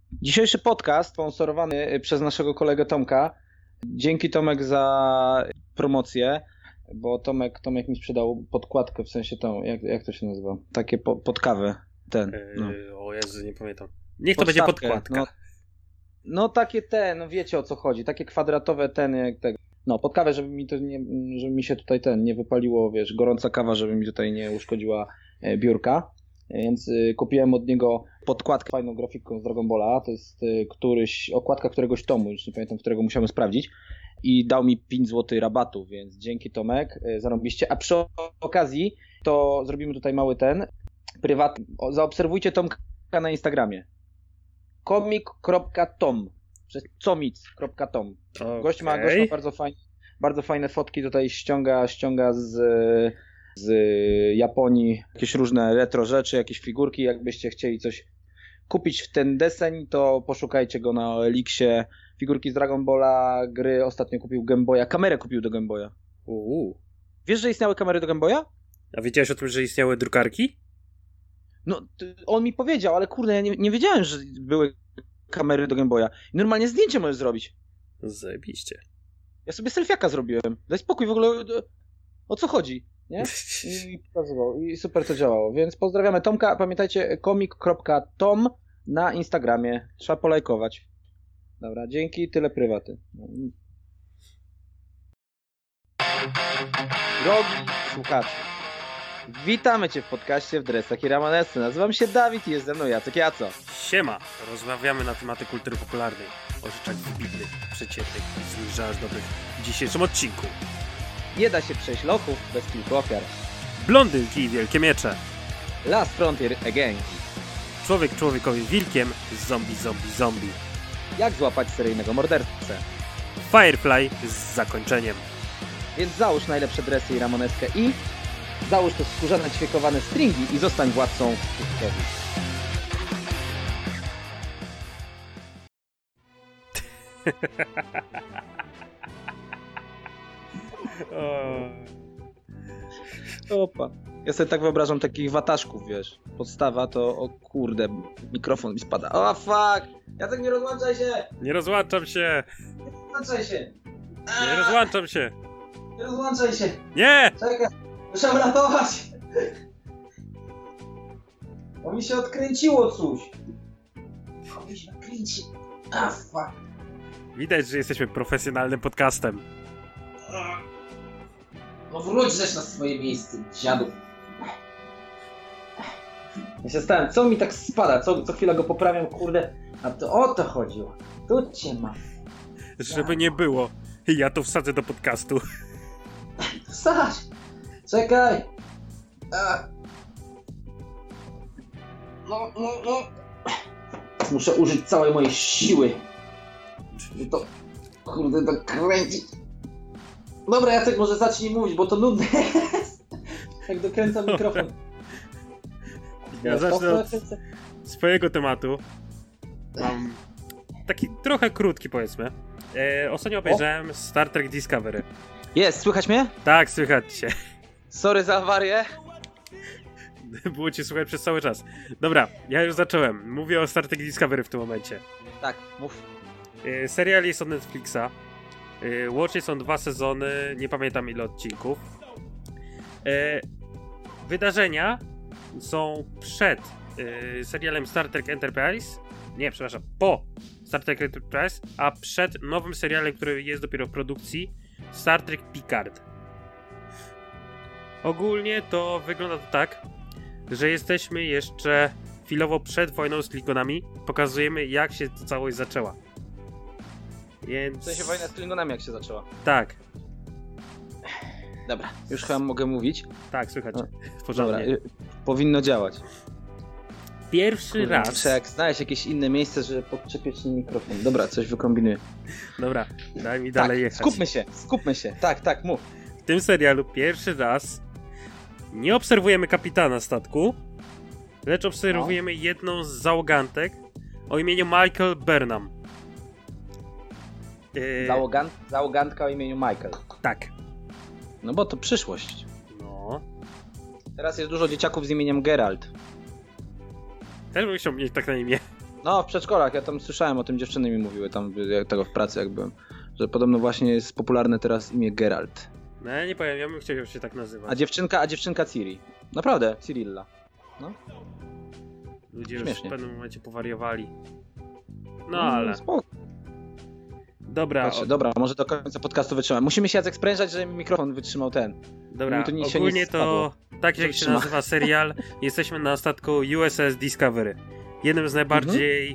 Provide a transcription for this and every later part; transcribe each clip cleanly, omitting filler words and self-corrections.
Dzisiejszy podcast sponsorowany przez naszego kolegę Tomka. Dzięki Tomek za promocję, bo Tomek mi sprzedał podkładkę, w sensie tą, jak to się nazywa? Takie pod kawę. O Jezu, nie pamiętam. Niech to będzie podkładka. No takie wiecie o co chodzi, takie kwadratowe jak tego. No, pod kawę, żeby mi się tutaj nie wypaliło, wiesz, gorąca kawa, żeby mi tutaj nie uszkodziła biurka. Więc kupiłem od niego podkładkę fajną grafiką z Dragon Balla. To jest okładka któregoś tomu, już nie pamiętam, którego musiałem sprawdzić. I dał mi 5 zł rabatu, więc dzięki Tomek, zarobiście. A przy okazji to zrobimy tutaj mały prywatny. Zaobserwujcie Tomka na Instagramie. komik.tom przez comic.tom. Okay. Gość ma bardzo fajne fotki, tutaj ściąga z Japonii jakieś różne retro rzeczy, jakieś figurki. Jakbyście chcieli coś kupić w ten deseń, to poszukajcie go na Elixie. Figurki z Dragon Balla, gry. Ostatnio kupił Game Boya, kamerę kupił do Game Boya. Wiesz, że istniały kamery do Game Boya? A wiedziałeś o tym, że istniały drukarki? No, on mi powiedział, ale kurde, ja nie wiedziałem, że były kamery do Game Boya. I normalnie zdjęcie możesz zrobić. Zajebiście. Ja sobie selfiaka zrobiłem. Daj spokój, w ogóle o co chodzi, nie? I super to działało. Więc pozdrawiamy Tomka. Pamiętajcie, komik.tom na Instagramie. Trzeba polajkować. Dobra, dzięki, tyle prywaty. Drogi słuchacze, witamy Cię w podcaście w dresach i ramanesce. Nazywam się Dawid i jest ze mną Jacek Jaco. Siema! Rozmawiamy na tematy kultury popularnej, o rzeczach wybitnych, przeciętnych i złych, że aż dobrych w dzisiejszym odcinku. Nie da się przejść lochów bez kilku ofiar. Blondynki i wielkie miecze. Last Frontier Again. Człowiek człowiekowi wilkiem, zombie. Jak złapać seryjnego mordercę. Firefly z zakończeniem. Więc załóż najlepsze dresy i ramoneskę i załóż te skórzane, ćwiekowane stringi i zostań władcą pustowi. Opa. Ja sobie tak wyobrażam takich wataszków, wiesz. Podstawa to, o kurde, mikrofon mi spada. O fuck! Jacek, nie rozłączaj się! Nie rozłączam się! Nie rozłączaj się! Nie rozłączam się! Nie rozłączaj się! Nie! Czekaj, muszę uratować! Bo mi się odkręciło coś. O, mi się odkręci. A fuck. Widać, że jesteśmy profesjonalnym podcastem. No wróć żeś na swoje miejsce, dziadu. Ja się stałem, co mi tak spada, co chwilę go poprawiam, kurde. A to o to chodziło. Tu cię ma. Żeby nie było. Ja to wsadzę do podcastu. Wsadź! Czekaj! No. Muszę użyć całej mojej siły. To, kurde, to kręci. Dobra, Jacek, może zacznij mówić, bo to nudne jest. Jak dokręcam mikrofon. Ja zacznę od swojego tematu. Mam taki trochę krótki, powiedzmy. Ostatnio obejrzałem Star Trek Discovery. Jest, słychać mnie? Tak, słychać cię. Sorry za awarię. Było cię słuchać przez cały czas. Dobra, ja już zacząłem. Mówię o Star Trek Discovery w tym momencie. Tak, mów. Serial jest od Netflixa. Łącznie są 2 sezony, nie pamiętam ile odcinków. Wydarzenia są przed serialem Star Trek Enterprise. Nie, przepraszam, po Star Trek Enterprise, a przed nowym serialem, który jest dopiero w produkcji, Star Trek Picard. Ogólnie to wygląda to tak, że jesteśmy jeszcze chwilowo przed wojną z Klingonami. Pokazujemy, jak się ta całość zaczęła. Więc... W sensie wojna z Klingonami jak się zaczęła. Tak. Dobra, już chyba mogę mówić. Tak, słychać. Dobra, powinno działać. Pierwszy raz. Muszę jak znaleźć jakieś inne miejsce, żeby podczepiać ten mikrofon. Dobra, coś wykombinuję. Dobra, daj mi dalej jechać. Skupmy się. Tak, mów. W tym serialu pierwszy raz nie obserwujemy kapitana statku, lecz obserwujemy jedną z załogantek o imieniu Michael Burnham. Załogantka o imieniu Michael. Tak. No bo to przyszłość. No. Teraz jest dużo dzieciaków z imieniem Geralt. Też bym chciał mieć tak na imię. No, w przedszkolach, ja tam słyszałem o tym, dziewczyny mi mówiły tam tego w pracy jak byłem, że podobno właśnie jest popularne teraz imię Geralt. No ja nie powiem, ja bym chciał się tak nazywać. A dziewczynka Ciri. Naprawdę, Cyrilla. No. Ludzie już Śmiesznie. w pewnym momencie powariowali. No ale... Spoko. Dobra, Patrzcie, dobra, może do końca podcastu wytrzymam. Musimy się Jacek sprężać, żeby mi mikrofon wytrzymał ten. dobra. mi to nic się Ogólnie nie to, spadło. tak jak się Wytrzyma. nazywa serial, jesteśmy na statku USS Discovery. Jednym z najbardziej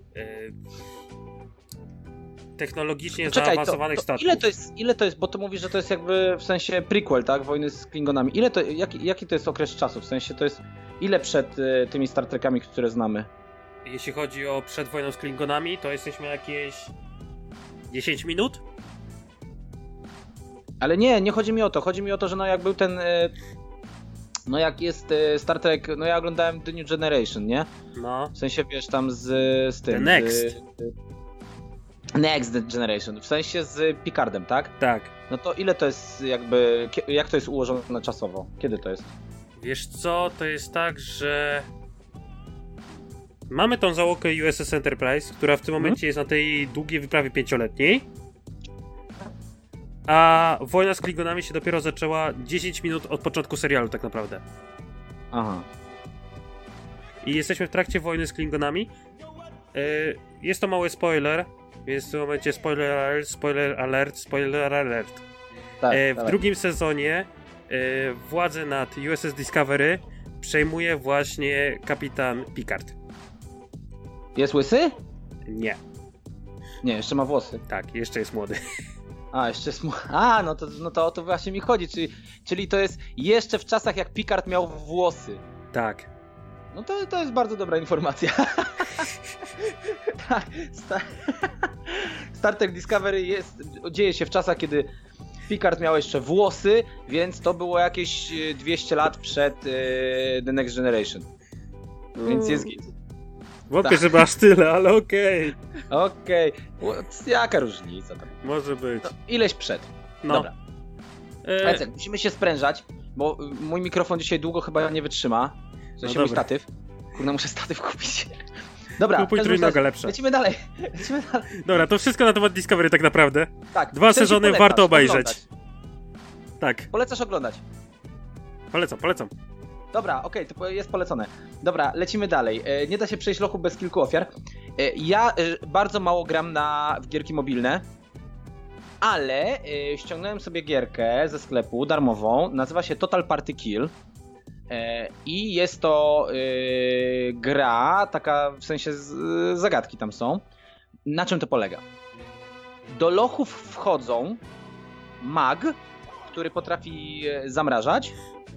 technologicznie zaawansowanych statków. Ile to jest, bo to mówi, że to jest jakby w sensie prequel, tak? Wojny z Klingonami. Jaki to jest okres czasu? W sensie to jest ile przed tymi Star Trekami, które znamy? Jeśli chodzi o przed wojną z Klingonami, to jesteśmy jakieś 10 minut? Ale nie chodzi mi o to. Chodzi mi o to, że no jak był ten... No jak jest Star Trek, no ja oglądałem The New Generation, nie? No. W sensie wiesz tam z tym... The Next. Next Generation, w sensie z Picardem, tak? Tak. No to ile to jest jakby... Jak to jest ułożone czasowo? Kiedy to jest? Wiesz co, to jest tak, że mamy tą załogę USS Enterprise, która w tym momencie jest na tej długiej wyprawie 5-letniej. A wojna z Klingonami się dopiero zaczęła 10 minut od początku serialu tak naprawdę. Aha. I jesteśmy w trakcie wojny z Klingonami. Jest to mały spoiler, więc w tym momencie spoiler alert. Tak, W drugim sezonie władzę nad USS Discovery przejmuje właśnie kapitan Picard. Jest łysy? Nie, Nie, jeszcze ma włosy. tak, jeszcze jest młody. A, jeszcze jest... no to o to właśnie mi chodzi, czyli to jest jeszcze w czasach jak Picard miał włosy. Tak. No to jest bardzo dobra informacja. Tak, Star Trek Discovery dzieje się w czasach, kiedy Picard miał jeszcze włosy, więc to było jakieś 200 lat przed The Next Generation. Więc jest git. Wątpię, żeby aż tyle, ale okej. Okej. Jaka różnica tam? Może być. No, ileś przed. No. Dobra. Jacek, musimy się sprężać, bo mój mikrofon dzisiaj długo chyba nie wytrzyma. W sensie mój dobra. statyw. Kurde, muszę statyw kupić. Dobra, Kupuj w każdym trójnoga razie lepsza. lecimy dalej. Dobra, to wszystko na temat Discovery tak naprawdę. Tak, 2 w sensie sezony polecasz warto obejrzeć. oglądać. Tak, Polecasz oglądać. polecam. Dobra, okej, to jest polecone. Dobra, lecimy dalej. Nie da się przejść lochu bez kilku ofiar. Ja bardzo mało gram w gierki mobilne, ale ściągnąłem sobie gierkę ze sklepu darmową. Nazywa się Total Party Kill. I jest to gra, taka w sensie zagadki tam są. Na czym to polega? Do lochów wchodzą mag, który potrafi zamrażać.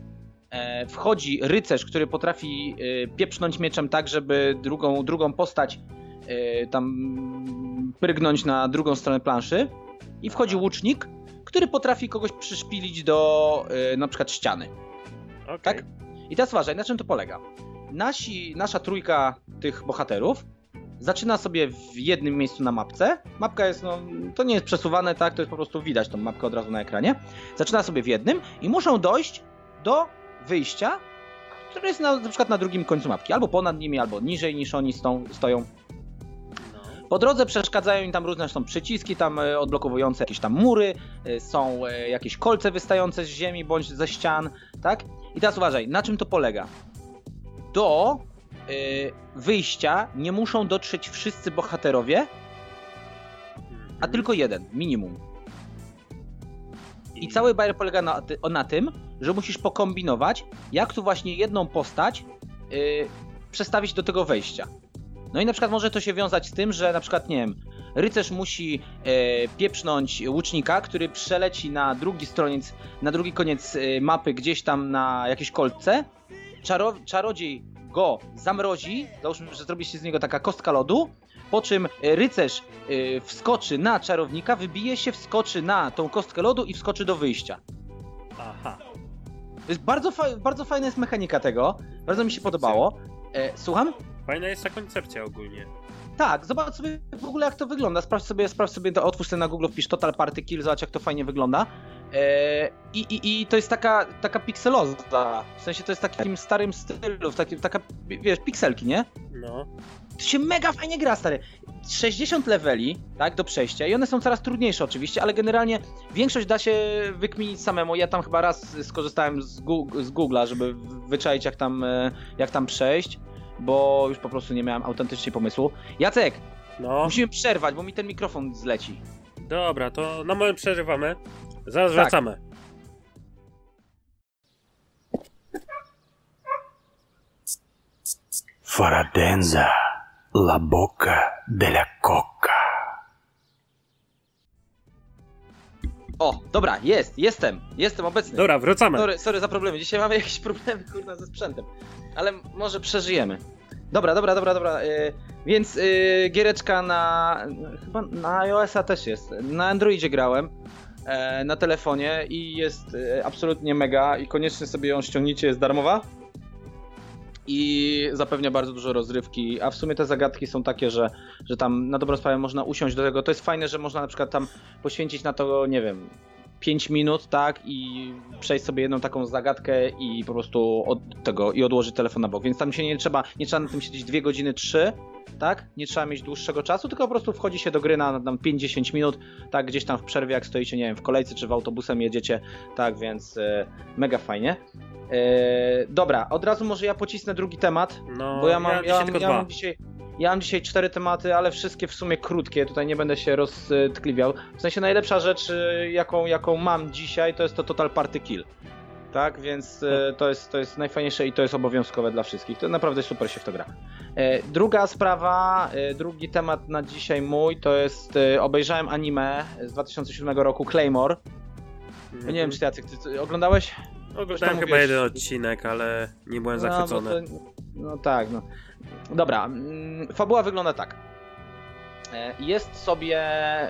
Wchodzi rycerz, który potrafi pieprznąć mieczem tak, żeby drugą postać tam prygnąć na drugą stronę planszy. I wchodzi łucznik, który potrafi kogoś przyszpilić do na przykład ściany. Okay. Tak? I teraz uważaj, na czym to polega? Nasza trójka tych bohaterów zaczyna sobie w jednym miejscu na mapce. Mapka jest, no, to nie jest przesuwane, tak? To jest po prostu widać tą mapkę od razu na ekranie. Zaczyna sobie w jednym i muszą dojść do wyjścia, które jest na przykład na drugim końcu mapki. Albo ponad nimi, albo niżej niż oni stoją. Po drodze przeszkadzają im tam różne są przyciski, tam odblokowujące jakieś tam mury, są jakieś kolce wystające z ziemi bądź ze ścian, tak? I teraz uważaj, na czym to polega? Do wyjścia nie muszą dotrzeć wszyscy bohaterowie, a tylko jeden, minimum. I cały bajer polega na tym, że musisz pokombinować, jak tu właśnie jedną postać przestawić do tego wejścia. No i na przykład może to się wiązać z tym, że na przykład, nie wiem, rycerz musi pieprznąć łucznika, który przeleci na drugi koniec mapy, gdzieś tam na jakieś kolce. Czarodziej go zamrozi, załóżmy, że zrobi się z niego taka kostka lodu, po czym rycerz wskoczy na czarownika, wybije się, wskoczy na tą kostkę lodu i wskoczy do wyjścia. Aha. To jest bardzo fajna jest mechanika tego, bardzo mi się podobało. Słucham? Fajna jest ta koncepcja ogólnie. Tak, zobacz sobie w ogóle jak to wygląda. Sprawdź sobie to, otwórz sobie na Google, wpisz Total Party Kill, zobacz jak to fajnie wygląda. I to jest taka pikseloza, w sensie to jest takim starym stylu, taka, wiesz, pikselki, nie? No. To się mega fajnie gra, stary. 60 leveli, tak, do przejścia i one są coraz trudniejsze oczywiście, ale generalnie większość da się wykminić samemu. Ja tam chyba raz skorzystałem z Google'a, żeby wyczaić jak tam przejść, bo już po prostu nie miałem autentycznie pomysłu. Jacek, No. musimy przerwać, bo mi ten mikrofon zleci. Dobra, to na moment przerywamy. Zaraz Tak. wracamy. Faradenza, la bocca della cocca. O, dobra, jestem obecny. Dobra, wracamy. Sorry za problemy, dzisiaj mamy jakieś problemy, kurwa, ze sprzętem, ale może przeżyjemy. Dobra, więc giereczka chyba na iOS-a też jest, na Androidzie grałem, na telefonie i jest absolutnie mega i koniecznie sobie ją ściągnijcie, jest darmowa i zapewnia bardzo dużo rozrywki, a w sumie te zagadki są takie, że tam na dobrą sprawę można usiąść do tego, to jest fajne, że można na przykład tam poświęcić na to, nie wiem, 5 minut, tak, i przejść sobie jedną taką zagadkę i po prostu odłożyć telefon na bok, więc tam się nie trzeba na tym siedzieć 2 godziny, 3, tak, nie trzeba mieć dłuższego czasu, tylko po prostu wchodzi się do gry na 5-10 minut, tak, gdzieś tam w przerwie, jak stoicie, nie wiem, w kolejce czy w autobusem jedziecie, tak, więc mega fajnie. Dobra, od razu może ja pocisnę drugi temat, No, bo ja mam dzisiaj 4 tematy, ale wszystkie w sumie krótkie, tutaj nie będę się roztkliwiał. W sensie najlepsza rzecz, jaką mam dzisiaj, to jest to Total Party Kill. Tak, więc to jest najfajniejsze i to jest obowiązkowe dla wszystkich. To naprawdę super się w to gra. Druga sprawa, drugi temat na dzisiaj mój, to jest obejrzałem anime z 2007 roku Claymore. Ja nie wiem, czy Jacek, ty oglądałeś? Oglądałem chyba jeden odcinek, ale nie byłem zachwycony. No tak, no. Dobra, fabuła wygląda tak. Jest sobie...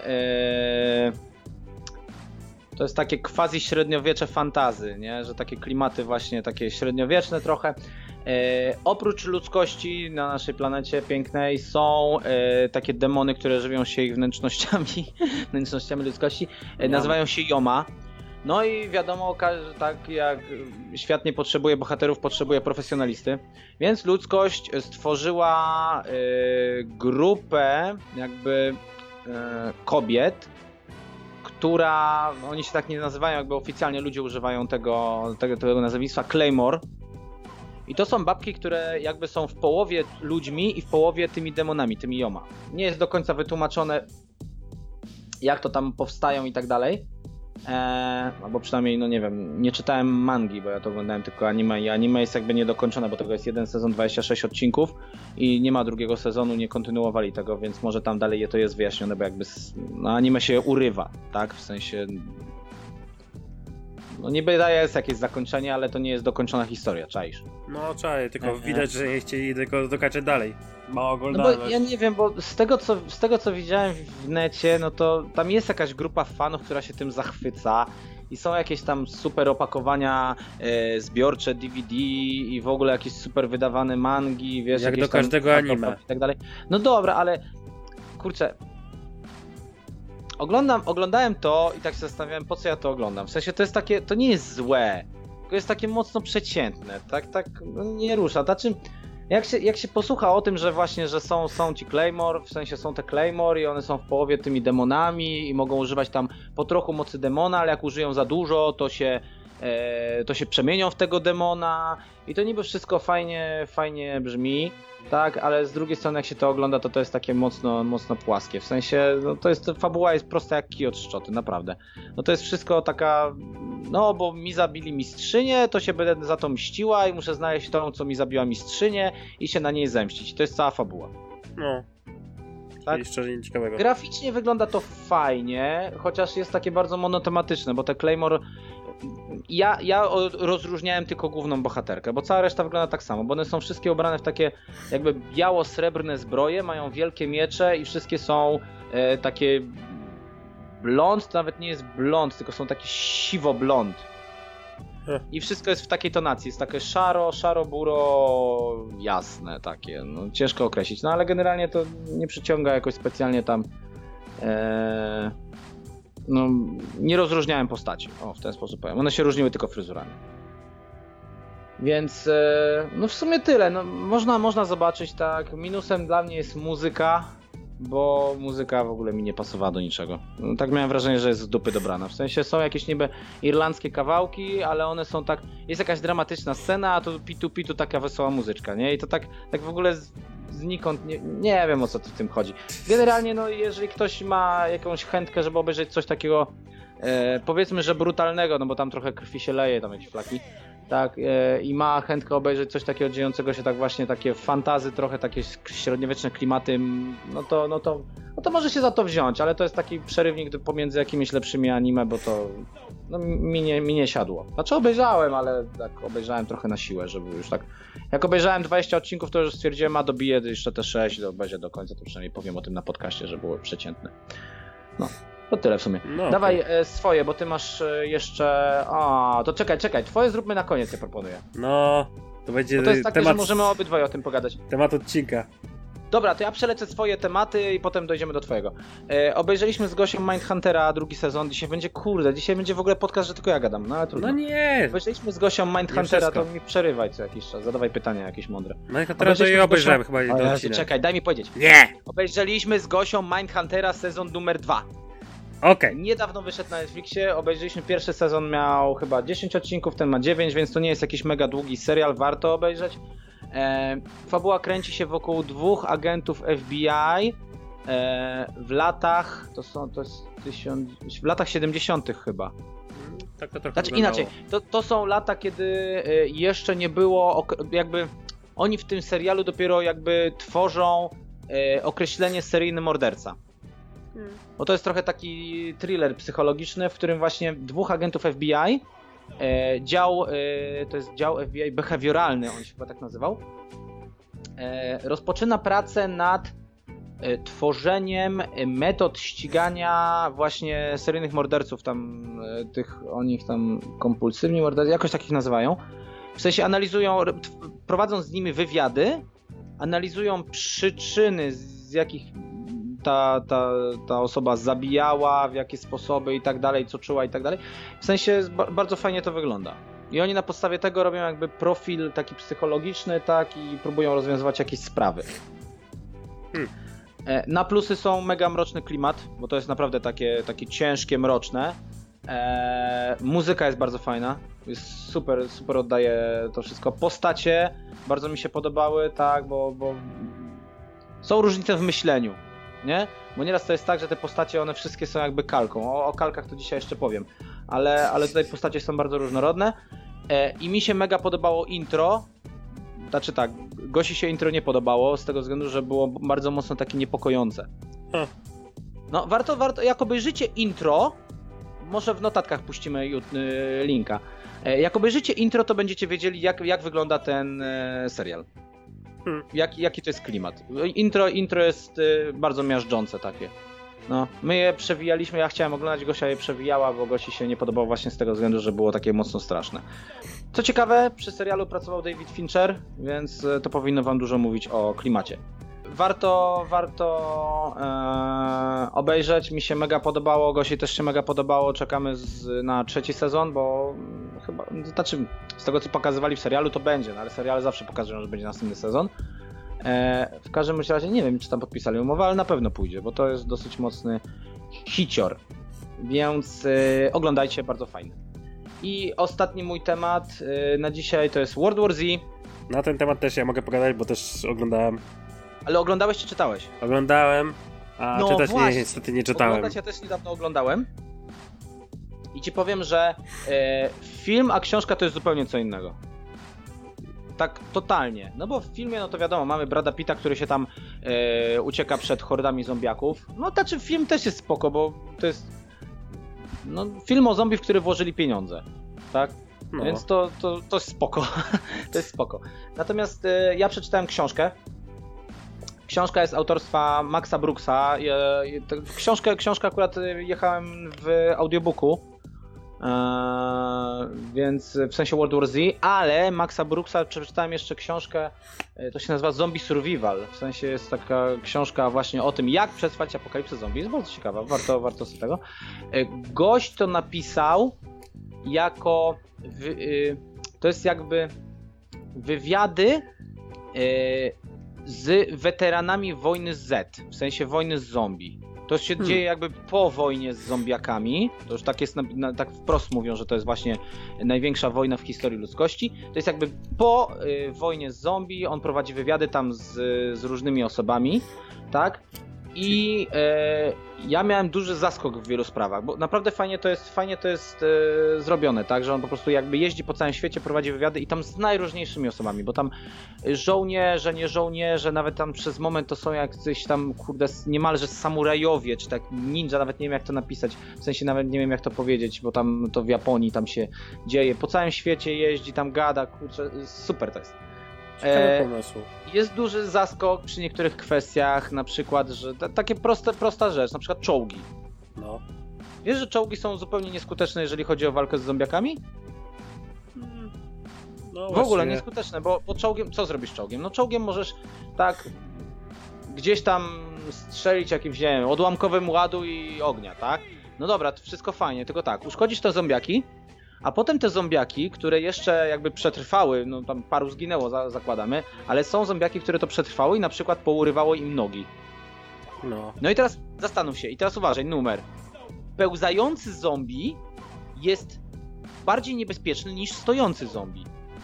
To jest takie quasi średniowiecze fantazy, nie? Że takie klimaty właśnie takie średniowieczne trochę. Oprócz ludzkości na naszej planecie pięknej są takie demony, które żywią się ich wnętrznościami ludzkości. Nazywają się Yoma. No i wiadomo, tak jak świat nie potrzebuje bohaterów, potrzebuje profesjonalisty, więc ludzkość stworzyła grupę jakby kobiet, która, oni się tak nie nazywają, jakby oficjalnie ludzie używają tego nazewnictwa Claymore. I to są babki, które jakby są w połowie ludźmi i w połowie tymi demonami, tymi Yoma. Nie jest do końca wytłumaczone, jak to tam powstają i tak dalej. Albo przynajmniej, no nie wiem, nie czytałem mangi, bo ja to oglądałem tylko anime i anime jest jakby niedokończone, bo tego jest jeden sezon, 26 odcinków i nie ma drugiego sezonu, nie kontynuowali tego, więc może tam dalej to jest wyjaśnione, bo jakby anime się urywa, tak, w sensie no niby jest jakieś zakończenie, ale to nie jest dokończona historia, czaisz? No czaję, tylko widać, że nie chcieli tylko dokaczać dalej. Mało No oglądalność. bo ja nie wiem, bo z tego co widziałem w necie, no to tam jest jakaś grupa fanów, która się tym zachwyca i są jakieś tam super opakowania zbiorcze DVD i w ogóle jakieś super wydawane mangi, wiesz, Jak jakieś do każdego tam anime. i tak dalej. No dobra, ale kurczę, oglądałem to i tak się zastanawiałem, po co ja to oglądam. W sensie to jest takie, to nie jest złe, tylko jest takie mocno przeciętne, tak no nie rusza. Znaczy, jak się posłucha o tym, że właśnie, że są ci Claymore, w sensie są te Claymore i one są w połowie tymi demonami i mogą używać tam po trochu mocy demona, ale jak użyją za dużo, to się przemienią w tego demona i to niby wszystko fajnie brzmi, tak, ale z drugiej strony jak się to ogląda, to jest takie mocno płaskie, w sensie, no fabuła jest prosta jak kij od szczoty, naprawdę. No to jest wszystko taka, no bo mi zabili mistrzynię, to się będę za to mściła i muszę znaleźć tą, co mi zabiła mistrzynię i się na niej zemścić. To jest cała fabuła. No. Tak? Nic szczerze ciekawego. Graficznie wygląda to fajnie, chociaż jest takie bardzo monotematyczne, bo te Claymore... Ja rozróżniałem tylko główną bohaterkę, bo cała reszta wygląda tak samo, bo one są wszystkie ubrane w takie jakby biało-srebrne zbroje, mają wielkie miecze i wszystkie są takie blond, to nawet nie jest blond, tylko są takie siwo-blond. I wszystko jest w takiej tonacji, jest takie szaro-buro jasne takie, no ciężko określić, no ale generalnie to nie przyciąga jakoś specjalnie tam no, nie rozróżniałem postaci, o, w ten sposób powiem. One się różniły tylko fryzurami. Więc no w sumie tyle, no można zobaczyć, tak, minusem dla mnie jest muzyka, bo muzyka w ogóle mi nie pasowała do niczego. No, tak miałem wrażenie, że jest z dupy dobrana, w sensie są jakieś niby irlandzkie kawałki, ale one są tak, jest jakaś dramatyczna scena, a to pitu taka wesoła muzyczka, nie? I to tak w ogóle znikąd, nie wiem o co w tym chodzi. Generalnie no jeżeli ktoś ma jakąś chętkę, żeby obejrzeć coś takiego, powiedzmy, że brutalnego, no bo tam trochę krwi się leje, tam jakieś flaki, tak, i ma chętkę obejrzeć coś takiego dziejącego się tak właśnie, takie fantazy, trochę takie średniowieczne klimaty, no to może się za to wziąć, ale to jest taki przerywnik pomiędzy jakimiś lepszymi anime, bo to no, mi nie siadło. Znaczy obejrzałem, ale tak obejrzałem trochę na siłę, żeby już tak, jak obejrzałem 20 odcinków, to już stwierdziłem, a dobiję jeszcze te 6, obejrzę do końca, to przynajmniej powiem o tym na podcaście, że było przeciętne. No. To tyle w sumie. No, dawaj swoje, bo ty masz jeszcze... to czekaj, twoje zróbmy na koniec, ja proponuję. No, to będzie Bo to jest takie, temat, że możemy obydwoje o tym pogadać. temat odcinka. Dobra, to ja przelecę swoje tematy i potem dojdziemy do twojego. Obejrzeliśmy z Gosią Mindhuntera drugi sezon, dzisiaj będzie w ogóle podcast, że tylko ja gadam, no ale trudno. No nie! Obejrzeliśmy z Gosią Mindhuntera, to wszystko. mi przerywaj co jakiś czas, zadawaj pytania jakieś mądre. No i teraz to je obejrzałem chyba jeden odcinek. Czekaj, daj mi powiedzieć. Nie! Obejrzeliśmy z Gosią Mindhuntera sezon numer 2. Okej. Niedawno wyszedł na Netflixie, obejrzeliśmy pierwszy sezon, miał chyba 10 odcinków, ten ma 9, więc to nie jest jakiś mega długi serial, warto obejrzeć. Fabuła kręci się wokół 2 agentów FBI w latach, w latach 70. chyba. Tak to trochę Znaczy wyglądało. inaczej, to są lata, kiedy jeszcze nie było, jakby oni w tym serialu dopiero jakby tworzą określenie seryjny morderca. Bo to jest trochę taki thriller psychologiczny, w którym właśnie 2 agentów FBI, to jest dział FBI behawioralny, on się chyba tak nazywał, rozpoczyna pracę nad tworzeniem metod ścigania właśnie seryjnych morderców, tam oni ich tam kompulsywni mordercy, jakoś takich nazywają. W sensie analizują, prowadzą z nimi wywiady, analizują przyczyny, z jakich ta osoba zabijała, w jakie sposoby i tak dalej, co czuła i tak dalej. W sensie bardzo fajnie to wygląda. I oni na podstawie tego robią jakby profil taki psychologiczny, tak, i próbują rozwiązywać jakieś sprawy. Na plusy są mega mroczny klimat, bo to jest naprawdę takie ciężkie, mroczne. Muzyka jest bardzo fajna, jest super oddaje to wszystko. Postacie bardzo mi się podobały, tak, bo są różnice w myśleniu, nie? Bo nieraz to jest tak, że te postacie, one wszystkie są jakby kalką. O kalkach to dzisiaj jeszcze powiem, ale tutaj postacie są bardzo różnorodne. I mi się mega podobało intro. Znaczy tak, Gosi się intro nie podobało, z tego względu, że było bardzo mocno takie niepokojące. No warto, jak obejrzycie intro, może w notatkach puścimy linka. Jak obejrzycie intro, to będziecie wiedzieli, jak wygląda ten serial. Jaki to jest klimat. Intro jest bardzo miażdżące takie. No, my je przewijaliśmy, ja chciałem oglądać, Gosia je przewijała, bo Gosi się nie podobało właśnie z tego względu, że było takie mocno straszne. Co ciekawe, przy serialu pracował David Fincher, więc to powinno wam dużo mówić o klimacie. Warto obejrzeć, mi się mega podobało, Gosi też się mega podobało, czekamy na 3. sezon, bo chyba, znaczy z tego co pokazywali w serialu to będzie, no ale seriale zawsze pokazują, że będzie następny sezon. W każdym razie nie wiem, czy tam podpisali umowę, ale na pewno pójdzie, bo to jest dosyć mocny hicior, więc oglądajcie, bardzo fajny. I ostatni mój temat na dzisiaj to jest World War Z. Na ten temat też ja mogę pogadać, bo też oglądałem. Ale oglądałeś czy czytałeś? Oglądałem, a No czytać właśnie. niestety nie czytałem. Oglądać ja też niedawno oglądałem. I ci powiem, że film, a książka to jest zupełnie co innego. Tak totalnie. No bo w filmie, no to wiadomo, mamy Brada Pitta, który się tam ucieka przed hordami zombiaków. No znaczy film też jest spoko, bo to jest film o zombie, w który włożyli pieniądze. Tak? No. Więc to jest spoko. To jest spoko. Natomiast ja przeczytałem książkę. Książka jest autorstwa Maxa Brooksa. Książkę akurat jechałem w audiobooku. Więc w sensie World War Z, ale Maxa Brooksa przeczytałem jeszcze książkę, to się nazywa Zombie Survival, w sensie jest taka książka właśnie o tym, jak przetrwać apokalipsę zombie, jest bardzo ciekawa, warto z tego. Gość to napisał jako, to jest jakby wywiady z weteranami wojny Z, w sensie wojny z zombie. To się dzieje jakby po wojnie z zombiakami. To już tak jest, tak wprost mówią, że to jest właśnie największa wojna w historii ludzkości. To jest jakby po wojnie z zombie. On prowadzi wywiady tam z różnymi osobami, tak? I ja miałem duży zaskok w wielu sprawach, bo naprawdę fajnie to jest zrobione, tak, że on po prostu jakby jeździ po całym świecie, prowadzi wywiady i tam z najróżniejszymi osobami, bo tam żołnierze, nie żołnierze, nawet tam przez moment to są jacyś tam, kurde, niemalże samurajowie, czy tak ninja, nawet nie wiem jak to napisać, w sensie nawet nie wiem jak to powiedzieć, bo tam to w Japonii tam się dzieje, po całym świecie jeździ, tam gada, kurczę, super to jest. Ciekawy pomysł. Jest duży zaskok przy niektórych kwestiach, na przykład, że takie prosta rzecz, na przykład czołgi. No. Wiesz, że czołgi są zupełnie nieskuteczne, jeżeli chodzi o walkę z zombiakami? No w ogóle nieskuteczne, bo czołgiem, co zrobisz czołgiem? No czołgiem możesz tak gdzieś tam strzelić jakimś, nie wiem, odłamkowym ładu i ognia, tak? No dobra, to wszystko fajnie, tylko tak, uszkodzisz te zombiaki, a potem te zombiaki, które jeszcze jakby przetrwały, no tam paru zginęło, zakładamy, ale są zombiaki, które to przetrwały i na przykład pourywało im nogi. No i teraz zastanów się, i teraz uważaj, numer. Pełzający zombie jest bardziej niebezpieczny niż stojący zombie.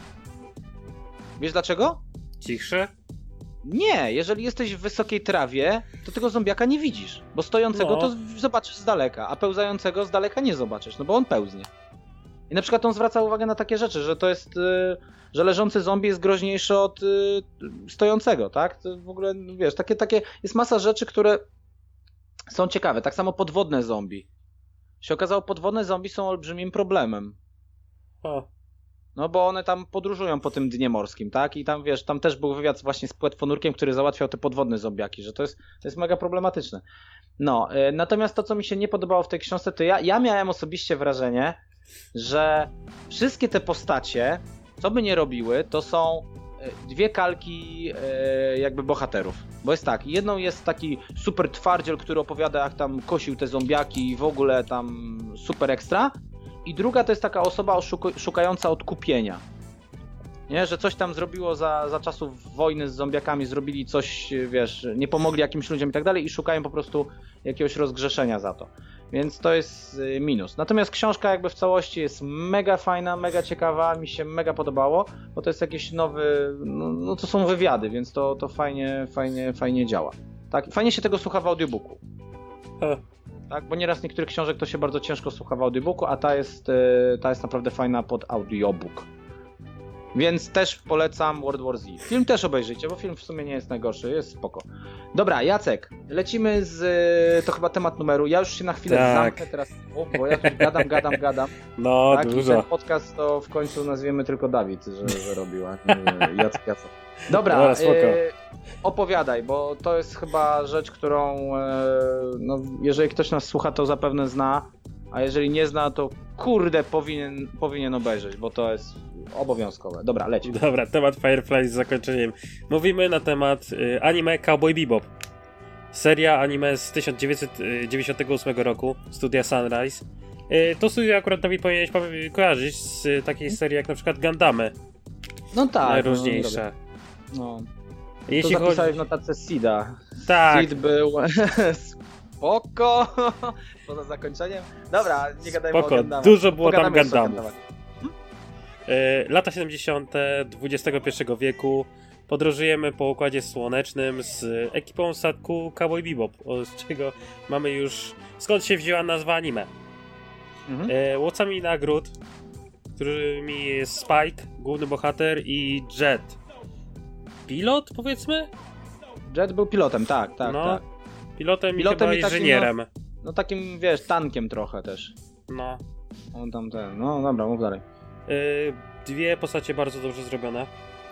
Wiesz dlaczego? Cichsze? Nie, jeżeli jesteś w wysokiej trawie, to tego zombiaka nie widzisz, bo stojącego to zobaczysz z daleka, a pełzającego z daleka nie zobaczysz, no bo on pełznie. I na przykład on zwraca uwagę na takie rzeczy, że to jest, że leżący zombie jest groźniejszy od stojącego, tak? To w ogóle, wiesz, takie jest masa rzeczy, które są ciekawe. Tak samo podwodne zombie. Się okazało, podwodne zombie są olbrzymim problemem. No bo one tam podróżują po tym dnie morskim, tak? I tam, wiesz, tam też był wywiad właśnie z płetwonurkiem, który załatwiał te podwodne zombiaki, że to jest mega problematyczne. No, natomiast to, co mi się nie podobało w tej książce, to ja miałem osobiście wrażenie, że wszystkie te postacie, co by nie robiły, to są dwie kalki jakby bohaterów. Bo jest tak, jedną jest taki super twardziel, który opowiada, jak tam kosił te zombiaki i w ogóle tam super ekstra, i druga to jest taka osoba szukająca odkupienia. Nie, że coś tam zrobiło za czasów wojny z zombiakami, zrobili coś, wiesz, nie pomogli jakimś ludziom i tak dalej i szukają po prostu jakiegoś rozgrzeszenia za to. Więc to jest minus. Natomiast książka jakby w całości jest mega fajna, mega ciekawa, mi się mega podobało, bo to jest jakiś nowy, no to są wywiady, więc to fajnie działa. Tak, fajnie się tego słucha w audiobooku. Tak, bo nieraz niektórych książek to się bardzo ciężko słucha w audiobooku, a ta jest naprawdę fajna pod audiobook. Więc też polecam World War Z. Film też obejrzyjcie, bo film w sumie nie jest najgorszy, jest spoko. Dobra, Jacek, lecimy to chyba temat numeru. Ja już się na chwilę zamknę teraz, bo ja tu gadam. No, tak, dużo. I ten podcast to w końcu nazwiemy tylko Dawid, że robił, a nie Jacek. Dobra, spoko. opowiadaj, bo to jest chyba rzecz, którą no, jeżeli ktoś nas słucha, to zapewne zna, a jeżeli nie zna, to kurde powinien obejrzeć, bo to jest obowiązkowe. Dobra, leć. Dobra, temat Firefly z zakończeniem. Mówimy na temat anime Cowboy Bebop. Seria anime z 1998 roku, studia Sunrise. To studio akurat Dawid powinieneś kojarzyć z takiej serii jak na przykład Gundamy. No tak. Najróżniejsze. No. Jeśli to zapisałeś w notatce Sida. Tak. Sid był... Spoko! Poza zakończeniem. Dobra, nie gadajmy o Gundamach. Dużo było Pogadamy tam Gundamów. Lata 70. XXI wieku. Podróżujemy po Układzie Słonecznym z ekipą statku Cowboy Bebop, z czego mamy już... Skąd się wzięła nazwa anime? Łowcami nagród, którymi jest Spike, główny bohater, i Jet. Pilot, powiedzmy? Jet był pilotem, tak. Pilotem i chyba inżynierem. No takim, wiesz, tankiem trochę też. No. On tam no dobra, mów dalej. Dwie postacie bardzo dobrze zrobione.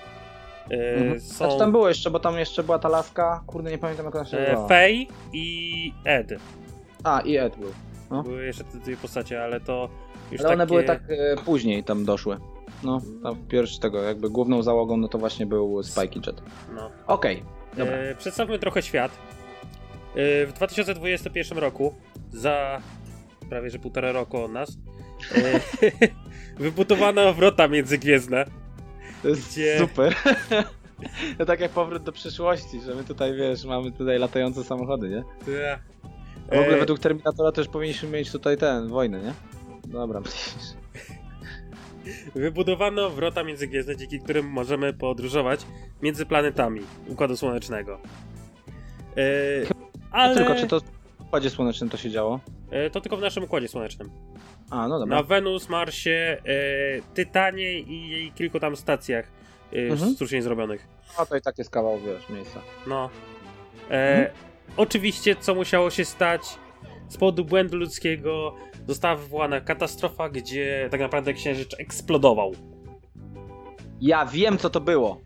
Znaczy tam było jeszcze, bo tam jeszcze była ta laska, kurde nie pamiętam jak ona się nazywała. Faye i Ed. A, i Ed był. No. Były jeszcze te dwie postacie, ale to Już Ale one takie- były tak później tam doszły. No, tam pierwszy tego, jakby główną załogą, no to właśnie był Spike Jet. No. Okej, dobra. Przedstawmy trochę świat. W 2021 roku, za prawie że 1,5 roku od nas, wybudowano wrota międzygwiezdne. To jest gdzie- super. To tak jak powrót do przyszłości, że my tutaj, wiesz, mamy tutaj latające samochody, nie? W ogóle według Terminatora to już powinniśmy mieć tutaj wojnę, nie? Dobra, Wybudowano wrota międzygwiezdne, dzięki którym możemy podróżować między planetami Układu Słonecznego. Ale Tylko czy to w Układzie Słonecznym to się działo? to tylko w naszym Układzie Słonecznym. A, no dobra. Na Wenus, Marsie, Tytanie i kilku tam stacjach sztucznie zrobionych. A to i tak jest kawał, wiesz, miejsca. No. Oczywiście, co musiało się stać z powodu błędu ludzkiego, została wywołana katastrofa, gdzie tak naprawdę Księżyc eksplodował. Ja wiem, co to było.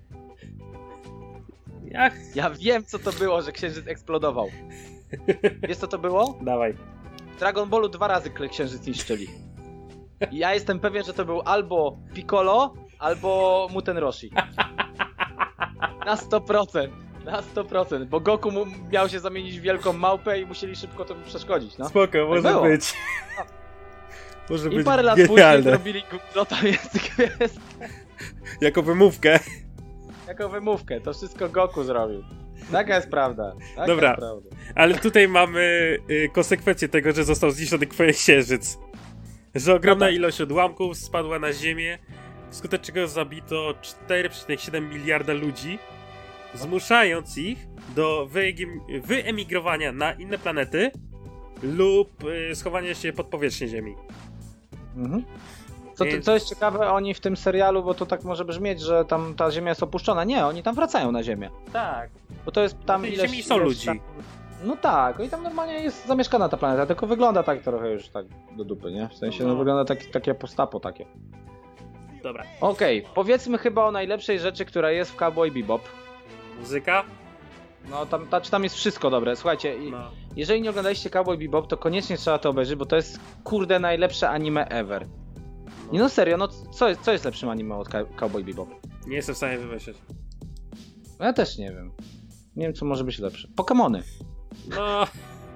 Jak? Ja wiem, co to było, że Księżyc eksplodował. Wiesz, co to było? Dawaj. W Dragon Ballu 2 razy Księżyc niszczyli. I ja jestem pewien, że to był albo Piccolo, albo Muten Roshi. Na 100%. Na 100%. Bo Goku miał się zamienić w wielką małpę i musieli szybko to przeszkodzić, no. Spoko, może było. być. Może I być parę lat później genialne. zrobili Gupzota Międzygwiezdne Jako wymówkę. jako wymówkę. To wszystko Goku zrobił. Taka jest prawda. Taka Dobra. jest prawda. Ale tutaj mamy konsekwencje tego, że został zniszczony Księżyc. Że ogromna No tak. ilość odłamków spadła na Ziemię, wskutek czego zabito 4,7 miliarda ludzi, zmuszając ich do wyemigrowania na inne planety lub schowania się pod powierzchnię Ziemi. Mhm. Więc- Co jest ciekawe, oni w tym serialu, bo to tak może brzmieć, że tam ta ziemia jest opuszczona. Nie, oni tam wracają na ziemię. Tak. Bo to jest tam Na tej ileś... ziemi są ileś ludzi. Tam... No tak, i tam normalnie jest zamieszkana ta planeta, tylko wygląda tak trochę już tak do dupy, nie? W sensie, no No. wygląda takie postapo takie. Dobra. Okej, powiedzmy chyba o najlepszej rzeczy, która jest w Cowboy Bebop. Muzyka? No tam jest wszystko dobre, słuchajcie, No. jeżeli nie oglądaliście Cowboy Bebop, to koniecznie trzeba to obejrzeć, bo to jest kurde najlepsze anime ever. Nie no serio, no co jest lepszym anime od Cowboy Bebop? Nie jestem w stanie wymyślić. No ja też nie wiem. Nie wiem, co może być lepsze. Pokemony. No.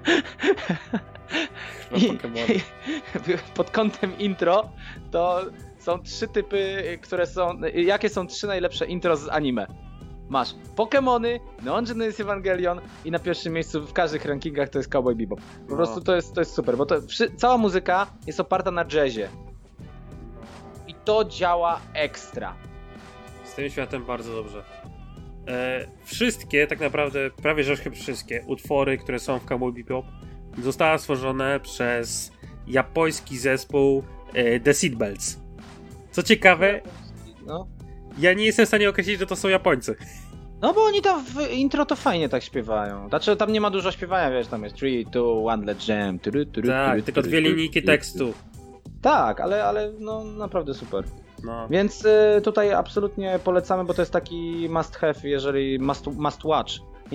I, pod kątem intro to są 3 typy, które są... Jakie są 3 najlepsze intro z anime? Masz Pokemony, Neon Genesis Evangelion i na pierwszym miejscu w każdych rankingach to jest Cowboy Bebop. Po No. prostu to jest super, bo cała muzyka jest oparta na jazzie. I to działa ekstra. Z tym światem bardzo dobrze. Wszystkie, tak naprawdę, prawie że chyba wszystkie utwory, które są w Cowboy Bebop, zostały stworzone przez japoński zespół The Seatbelts. Co ciekawe, No. ja nie jestem w stanie określić, że to są Japońcy. No bo oni tam w intro to fajnie tak śpiewają. Znaczy tam nie ma dużo śpiewania, wiesz, tam jest 3, 2, 1, let's jam. Tak, tylko 2 linijki tekstu. Tak, ale no naprawdę super. No. Więc tutaj absolutnie polecamy, bo to jest taki must have, jeżeli must watch.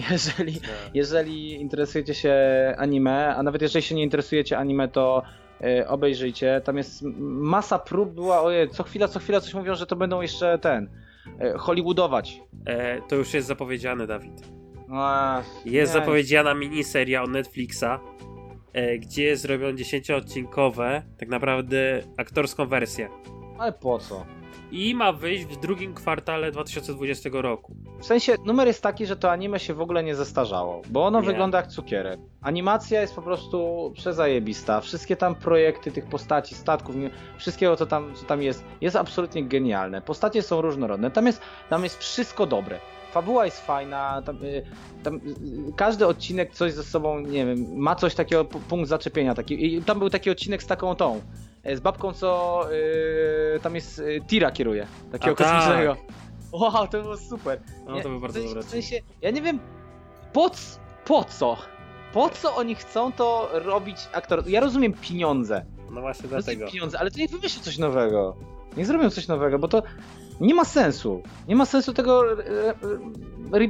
Jeżeli interesujecie się anime, a nawet jeżeli się nie interesujecie anime, to obejrzyjcie. Tam jest masa prób, była, ojej, co chwila coś mówią, że to będą jeszcze hollywoodować. To już jest zapowiedziane, Dawid. Jest Jest zapowiedziana miniseria od Netflixa, gdzie zrobią 10-odcinkowe, tak naprawdę aktorską wersję. Ale po co? I ma wyjść w drugim kwartale 2020 roku. W sensie, numer jest taki, że to anime się w ogóle nie zestarzało, bo ono Nie. wygląda jak cukierek. Animacja jest po prostu przezajebista. Wszystkie tam projekty tych postaci, statków, wszystkiego co tam jest absolutnie genialne. Postacie są różnorodne, tam jest wszystko dobre. Fabuła jest fajna, każdy odcinek coś ze sobą, nie wiem, ma coś takiego, punkt zaczepienia taki. I tam był taki odcinek z taką z babką, co tam jest tira kieruje, takiego A, tak. kosmicznego. Wow, to było super. No to był bardzo dobry W sensie, ja nie wiem, po co? Po co oni chcą to robić Ja rozumiem pieniądze. No właśnie Rozumiem dlatego. pieniądze, ale to niech wymyślą coś nowego. Niech zrobią coś nowego, bo to nie ma sensu. Nie ma sensu tego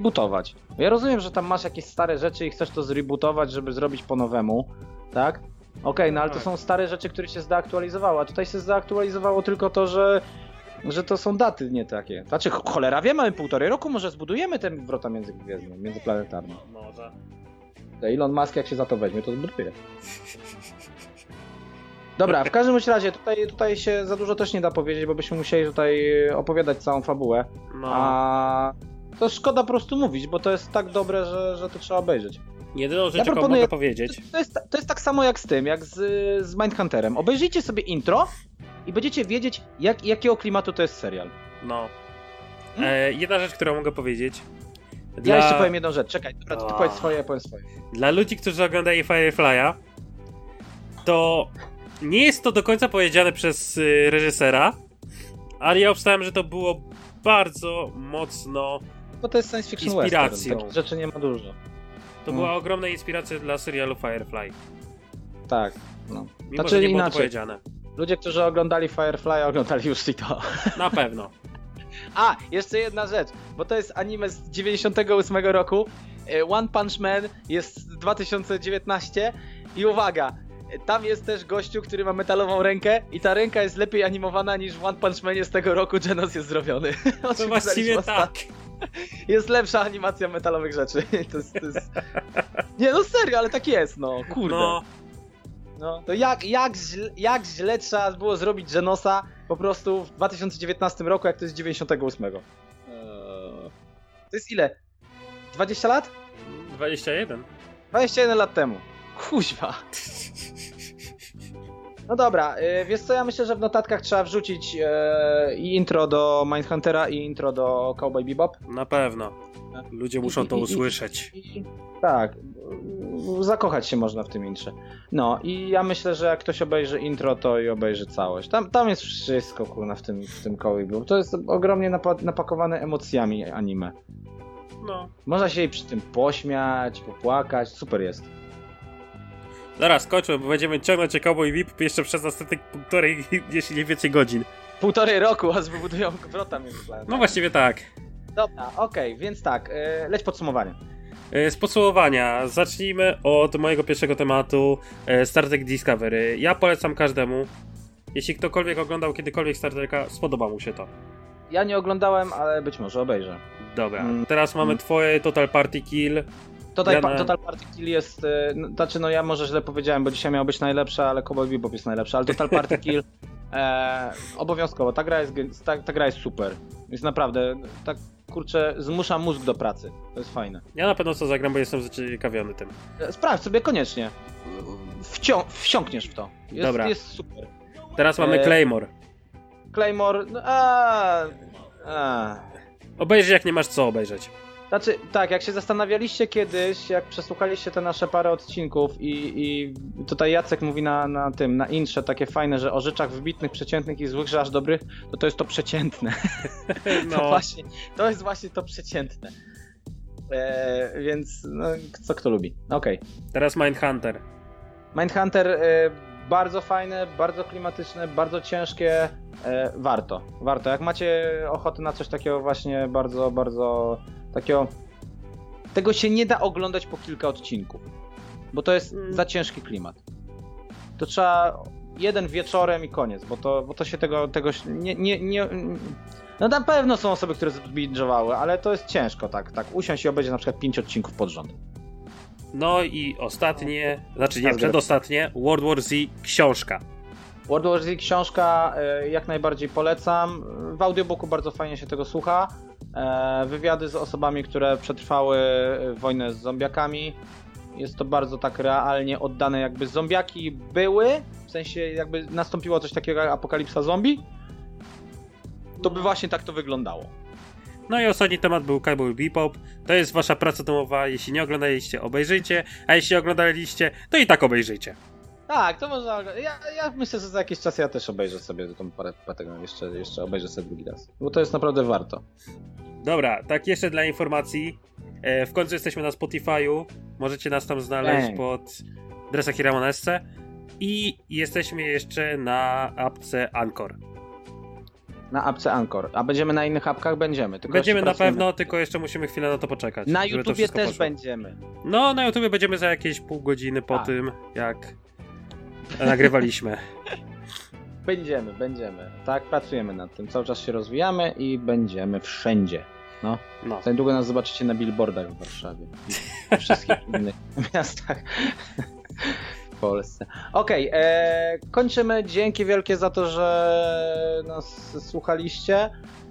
rebootować. Ja rozumiem, że tam masz jakieś stare rzeczy i chcesz to zrebootować, żeby zrobić po nowemu, tak? Okej, no ale to Tak. są stare rzeczy, które się zdeaktualizowały, a tutaj się zdeaktualizowało tylko to, że to są daty nie takie. Znaczy, cholera wie, mamy 1,5 roku, może zbudujemy te wrota międzygwiezdne, międzyplanetarne. Może. To Elon Musk jak się za to weźmie, to zbuduje. Dobra, w każdym bądź razie, tutaj się za dużo też nie da powiedzieć, bo byśmy musieli tutaj opowiadać całą fabułę, No. a to szkoda po prostu mówić, bo to jest tak dobre, że to trzeba obejrzeć. Jedyną rzecz, Ja jaką proponuję- mogę powiedzieć. To jest tak samo jak z tym, jak z Mindhunterem. Obejrzyjcie sobie intro i będziecie wiedzieć, jakiego klimatu to jest serial. No. Jedna rzecz, którą mogę powiedzieć. Ja jeszcze powiem jedną rzecz, czekaj, dobra, ty O. powiedz swoje, ja powiem swoje. Dla ludzi, którzy oglądają Firefly'a, to nie jest to do końca powiedziane przez reżysera, ale ja obstałem, że to było bardzo mocno. Bo to jest science fiction Inspiracją. western, takich rzeczy nie ma dużo. To była ogromna inspiracja dla serialu Firefly. Tak, no. Mimo, Znaczy że nie było to inaczej. powiedziane. Ludzie, którzy oglądali Firefly, oglądali już i to. Na pewno. A, jeszcze jedna rzecz, bo to jest anime z 98 roku. One Punch Man jest z 2019 i uwaga, tam jest też gościu, który ma metalową rękę i ta ręka jest lepiej animowana niż w One Punch Manie z tego roku. Genos jest zrobiony. O To czym właściwie pisaliśmy tak. Jest lepsza animacja metalowych rzeczy. To jest... Nie, no serio, ale tak jest, no, kurde. No, No, to jak źle trzeba było zrobić Genosa po prostu w 2019 roku, jak to jest z 98. To jest ile? 20 lat? 21. 21 lat temu. Kuźwa. No dobra, wiesz co, ja myślę, że w notatkach trzeba wrzucić i intro do Mindhuntera i intro do Cowboy Bebop. Na pewno. Ludzie muszą to usłyszeć. Tak, zakochać się można w tym intrze. No i ja myślę, że jak ktoś obejrzy intro, to i obejrzy całość. Tam jest wszystko, kurna, w tym Cowboy Bebop. To jest ogromnie napakowane emocjami anime. No. Można się jej przy tym pośmiać, popłakać, super jest. Zaraz, kończmy, bo będziemy ciągnąć Cowboy Bebop jeszcze przez następnych 1,5, jeśli nie więcej godzin. 1,5 roku, aż wybudują wrota międzyplanetarne. No właściwie tak. Dobra, okej, więc tak, leć podsumowanie. Z podsumowania, zacznijmy od mojego pierwszego tematu, Star Trek Discovery. Ja polecam każdemu. Jeśli ktokolwiek oglądał kiedykolwiek Star Treka, spodoba mu się to. Ja nie oglądałem, ale być może obejrzę. Dobra, teraz mamy twoje Total Party Kill. Total Ja Party Kill jest, znaczy no ja może źle powiedziałem, bo dzisiaj miał być najlepsza, ale Cowboy Bebop jest najlepsza, ale Total Party Kill obowiązkowo, ta gra jest super. Jest naprawdę, tak kurczę, zmusza mózg do pracy, to jest fajne. Ja na pewno co zagram, bo jestem zaciekawiony tym. Sprawdź sobie koniecznie, wsiąkniesz w to, Dobra. jest super. Teraz mamy Claymore. Claymore, no, Obejrzyj jak nie masz co obejrzeć. Znaczy, tak, jak się zastanawialiście kiedyś, jak przesłuchaliście te nasze parę odcinków i tutaj Jacek mówi na intrze takie fajne, że o rzeczach wybitnych, przeciętnych i złych, że aż dobrych, to jest to przeciętne. No. To jest właśnie to przeciętne. Więc, no, kto lubi. Okej. Teraz Mindhunter. Mindhunter bardzo fajne, bardzo klimatyczne, bardzo ciężkie. Warto. Jak macie ochotę na coś takiego właśnie bardzo takiego... Tego się nie da oglądać po kilka odcinków, bo to jest za ciężki klimat. To trzeba jeden wieczorem i koniec, bo to się tego nie... No na pewno są osoby, które zbinge'owały, ale to jest ciężko tak usiąść i obejrzeć na przykład 5 odcinków pod rząd. No i ostatnie, znaczy nie, przedostatnie, World War Z książka. World War Z książka jak najbardziej polecam. W audiobooku bardzo fajnie się tego słucha. Wywiady z osobami, które przetrwały wojnę z zombiakami. Jest to bardzo tak realnie oddane, jakby zombiaki były, w sensie jakby nastąpiło coś takiego jak apokalipsa zombie, to by właśnie tak to wyglądało. No i ostatni temat był Cowboy Bebop. To jest wasza praca domowa, jeśli nie oglądaliście, obejrzyjcie, a jeśli oglądaliście, to i tak obejrzyjcie. Tak, to można. Ja myślę, że za jakiś czas ja też obejrzę sobie tą parę tego, jeszcze obejrzę sobie drugi raz. Bo to jest naprawdę warto. Dobra, tak jeszcze dla informacji. W końcu jesteśmy na Spotify'u. Możecie nas tam znaleźć pod Dresach i Ramonesce. I jesteśmy jeszcze na apce Anchor. Na apce Anchor. A będziemy na innych apkach? Będziemy. Tylko Będziemy jeszcze na pracujemy. pewno, tylko jeszcze musimy chwilę na to poczekać. Na żeby to YouTubie wszystko też poszło. będziemy. No, na YouTubie będziemy za jakieś pół godziny po Tak. tym, jak nagrywaliśmy. Będziemy. Tak, pracujemy nad tym. Cały czas się rozwijamy i będziemy wszędzie. No. Za niedługo nas zobaczycie na billboardach w Warszawie i w wszystkich innych miastach w Polsce. Okej, kończymy. Dzięki wielkie za to, że nas słuchaliście.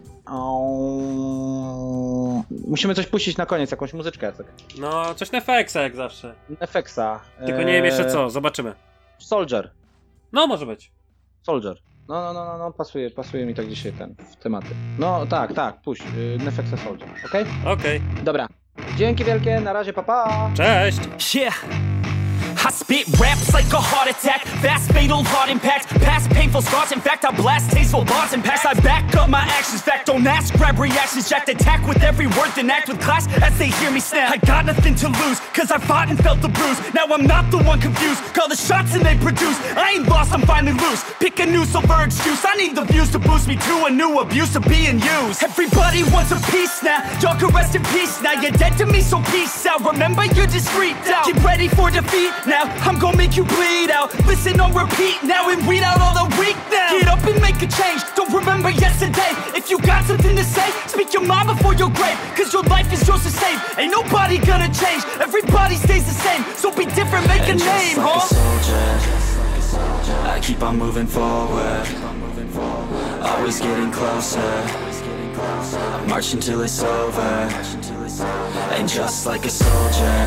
Musimy coś puścić na koniec, jakąś muzyczkę, Jacek. No, coś Nefexa jak zawsze. Nefexa. Tylko nie wiem jeszcze co, zobaczymy. Soldier. No, może być. Soldier. No, pasuje mi tak dzisiaj w tematy. No tak, puść. Nefexa Soldier, okej? Okej. Dobra. Dzięki wielkie, na razie, pa! Cześć! Yeah. I spit raps like a heart attack, fast fatal heart impact, past painful scars. In fact, I blast tasteful bars and packs. I back up my actions, fact don't ask, grab reactions, jacked attack with every word, then act with class as they hear me snap. I got nothing to lose, cause I fought and felt the bruise. Now I'm not the one confused, call the shots and they produce. I ain't lost, I'm finally loose. Pick a new silver excuse, I need the views to boost me to a new abuse of being used. Everybody wants a piece now, y'all can rest in peace now. You're dead to me, so peace out. Remember you're discreet out. Get ready for defeat now, I'm gonna make you bleed out. Listen on repeat now and weed out all the weak now. Get up and make a change, don't remember yesterday. If you got something to say, speak your mind before your grave. Cause your life is yours to save, ain't nobody gonna change. Everybody stays the same, so be different, make a name, like huh? a soldier, I keep on moving forward, always getting closer. I march until it's over, and just like a soldier,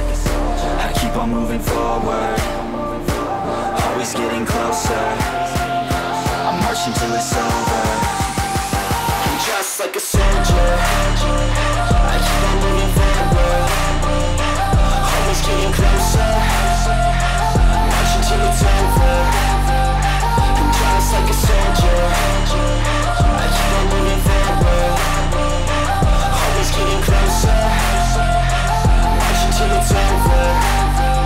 I keep on moving forward, always getting closer. I march until it's over, and just like a soldier, I keep on moving forward, always getting closer. I march until it's over, and just like a soldier, I keep on moving forward, always getting closer. I march until it's over.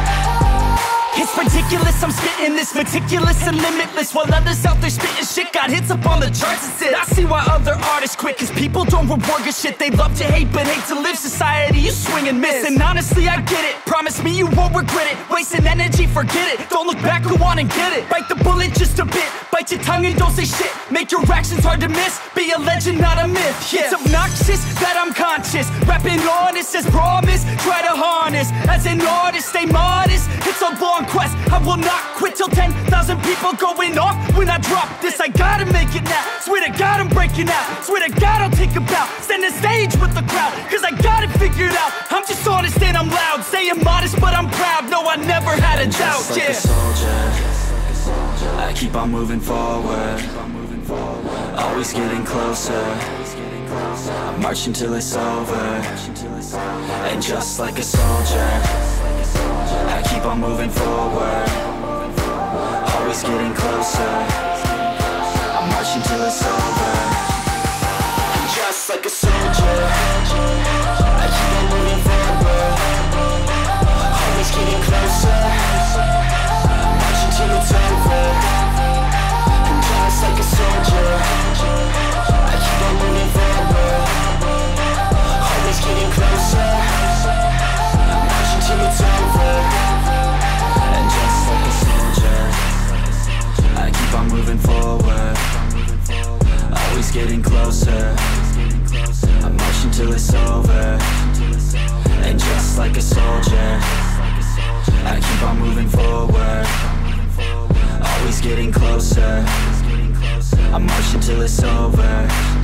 It's ridiculous, I'm spitting this meticulous and limitless, while others out there spitting shit got hits up on the charts and shit. I see why other artists quit, cause people don't reward good shit. They love to hate but hate to live. Society, you swing and miss. And honestly, I get it, promise me you won't regret it. Wasting energy, forget it, don't look back, go on and get it. Bite the bullet just a bit, bite your tongue and don't say shit. Make your actions hard to miss, be a legend, not a myth. Yeah. It's obnoxious that I'm conscious, rapping honest as promise. Try to harness, as an artist, stay modest. It's a long quest, I will not quit till 10,000 people going off when I drop this. I gotta make it now, swear to God I'm breaking out. Swear to God I'll take a bow, stand the stage with the crowd, cause I got it figured out. I'm just honest and I'm loud, saying modest but I'm proud. No, I never had a doubt, Just like a soldier, I keep on moving forward, always getting closer. I march until it's over, and just like a soldier, I keep on moving forward, always getting closer. I march until it's over, and just like a soldier, I keep on moving forward, always getting closer. I march until it's over, and just like a soldier, I keep on moving forward, always getting closer. I march until it's over, and just like a soldier, I keep on moving forward, always getting closer. I march until it's over, and just like a soldier, I keep on moving forward, always getting closer. I march until it's over.